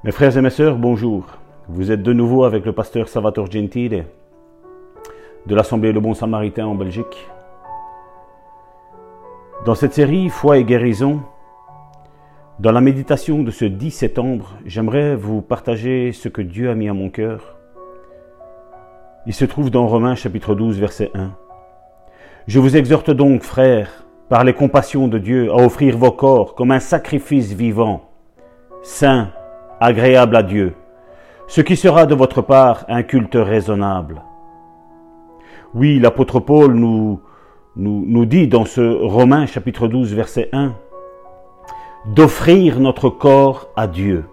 Mes frères et mes sœurs, bonjour. Vous êtes de nouveau avec le pasteur Salvatore Gentile de l'Assemblée Le Bon Samaritain en Belgique. Dans cette série Foi et guérison, dans la méditation de ce 10 septembre, j'aimerais vous partager ce que Dieu a mis à mon cœur. Il se trouve dans Romains chapitre 12, verset 1. Je vous exhorte donc, frères, par les compassions de Dieu, à offrir vos corps comme un sacrifice vivant, saint, agréable à Dieu, ce qui sera de votre part un culte raisonnable. Oui, l'apôtre Paul nous dit dans ce Romains chapitre 12, verset 1, d'offrir notre corps à Dieu.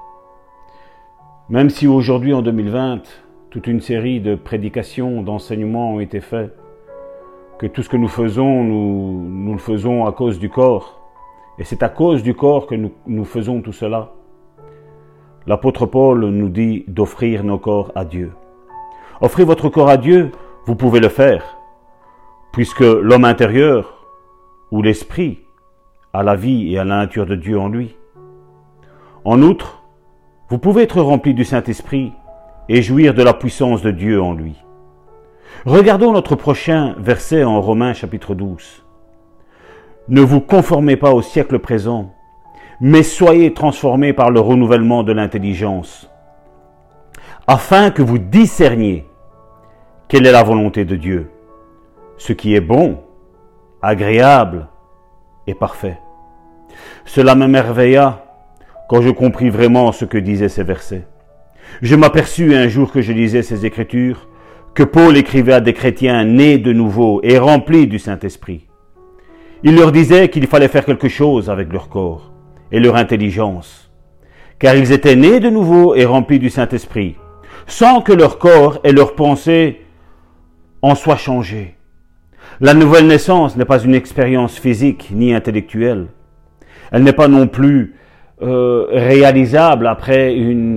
Même si aujourd'hui, en 2020, toute une série de prédications, d'enseignements ont été faits, que tout ce que nous faisons, nous le faisons à cause du corps. Et c'est à cause du corps que nous faisons tout cela. L'apôtre Paul nous dit d'offrir nos corps à Dieu. Offrir votre corps à Dieu, vous pouvez le faire, puisque l'homme intérieur, ou l'esprit, a la vie et a la nature de Dieu en lui. En outre, vous pouvez être rempli du Saint-Esprit et jouir de la puissance de Dieu en lui. Regardons notre prochain verset en Romains chapitre 12. Ne vous conformez pas au siècle présent, mais soyez transformés par le renouvellement de l'intelligence, afin que vous discerniez quelle est la volonté de Dieu, ce qui est bon, agréable et parfait. Cela m'émerveilla quand je compris vraiment ce que disaient ces versets. Je m'aperçus un jour que je lisais ces Écritures, que Paul écrivait à des chrétiens nés de nouveau et remplis du Saint-Esprit. Il leur disait qu'il fallait faire quelque chose avec leur corps et leur intelligence, car ils étaient nés de nouveau et remplis du Saint-Esprit, sans que leur corps et leurs pensées en soient changés. La nouvelle naissance n'est pas une expérience physique ni intellectuelle. Elle n'est pas non plus réalisable après une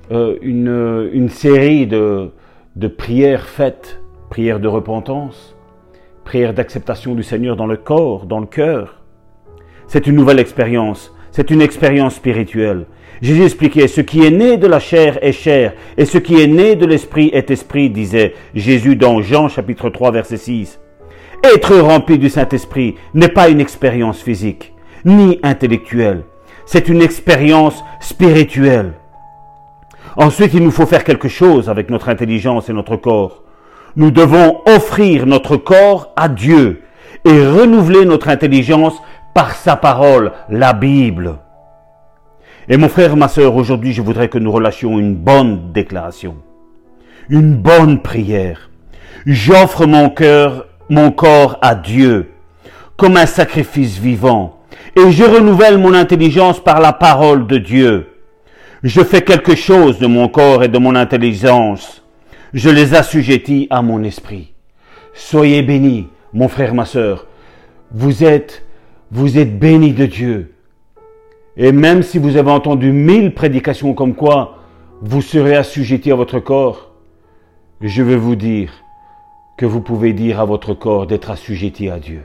série de prières faites, prières de repentance, prières d'acceptation du Seigneur dans le corps, dans le cœur. C'est une nouvelle expérience. C'est une expérience spirituelle. Jésus expliquait, ce qui est né de la chair est chair, et ce qui est né de l'esprit est esprit, disait Jésus dans Jean chapitre 3, verset 6. Être rempli du Saint-Esprit n'est pas une expérience physique, ni intellectuelle. C'est une expérience spirituelle. Ensuite, il nous faut faire quelque chose avec notre intelligence et notre corps. Nous devons offrir notre corps à Dieu et renouveler notre intelligence par sa parole, la Bible. Et mon frère, ma sœur, aujourd'hui, je voudrais que nous relâchions une bonne déclaration, une bonne prière. J'offre mon corps à Dieu comme un sacrifice vivant et je renouvelle mon intelligence par la parole de Dieu. Je fais quelque chose de mon corps et de mon intelligence. Je les assujettis à mon esprit. Soyez bénis, mon frère, ma sœur. Vous êtes bénis de Dieu. Et même si vous avez entendu 1000 prédications comme quoi vous serez assujettis à votre corps, je veux vous dire que vous pouvez dire à votre corps d'être assujetti à Dieu.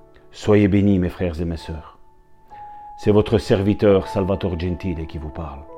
Soyez bénis, mes frères et mes sœurs. C'est votre serviteur Salvatore Gentile qui vous parle.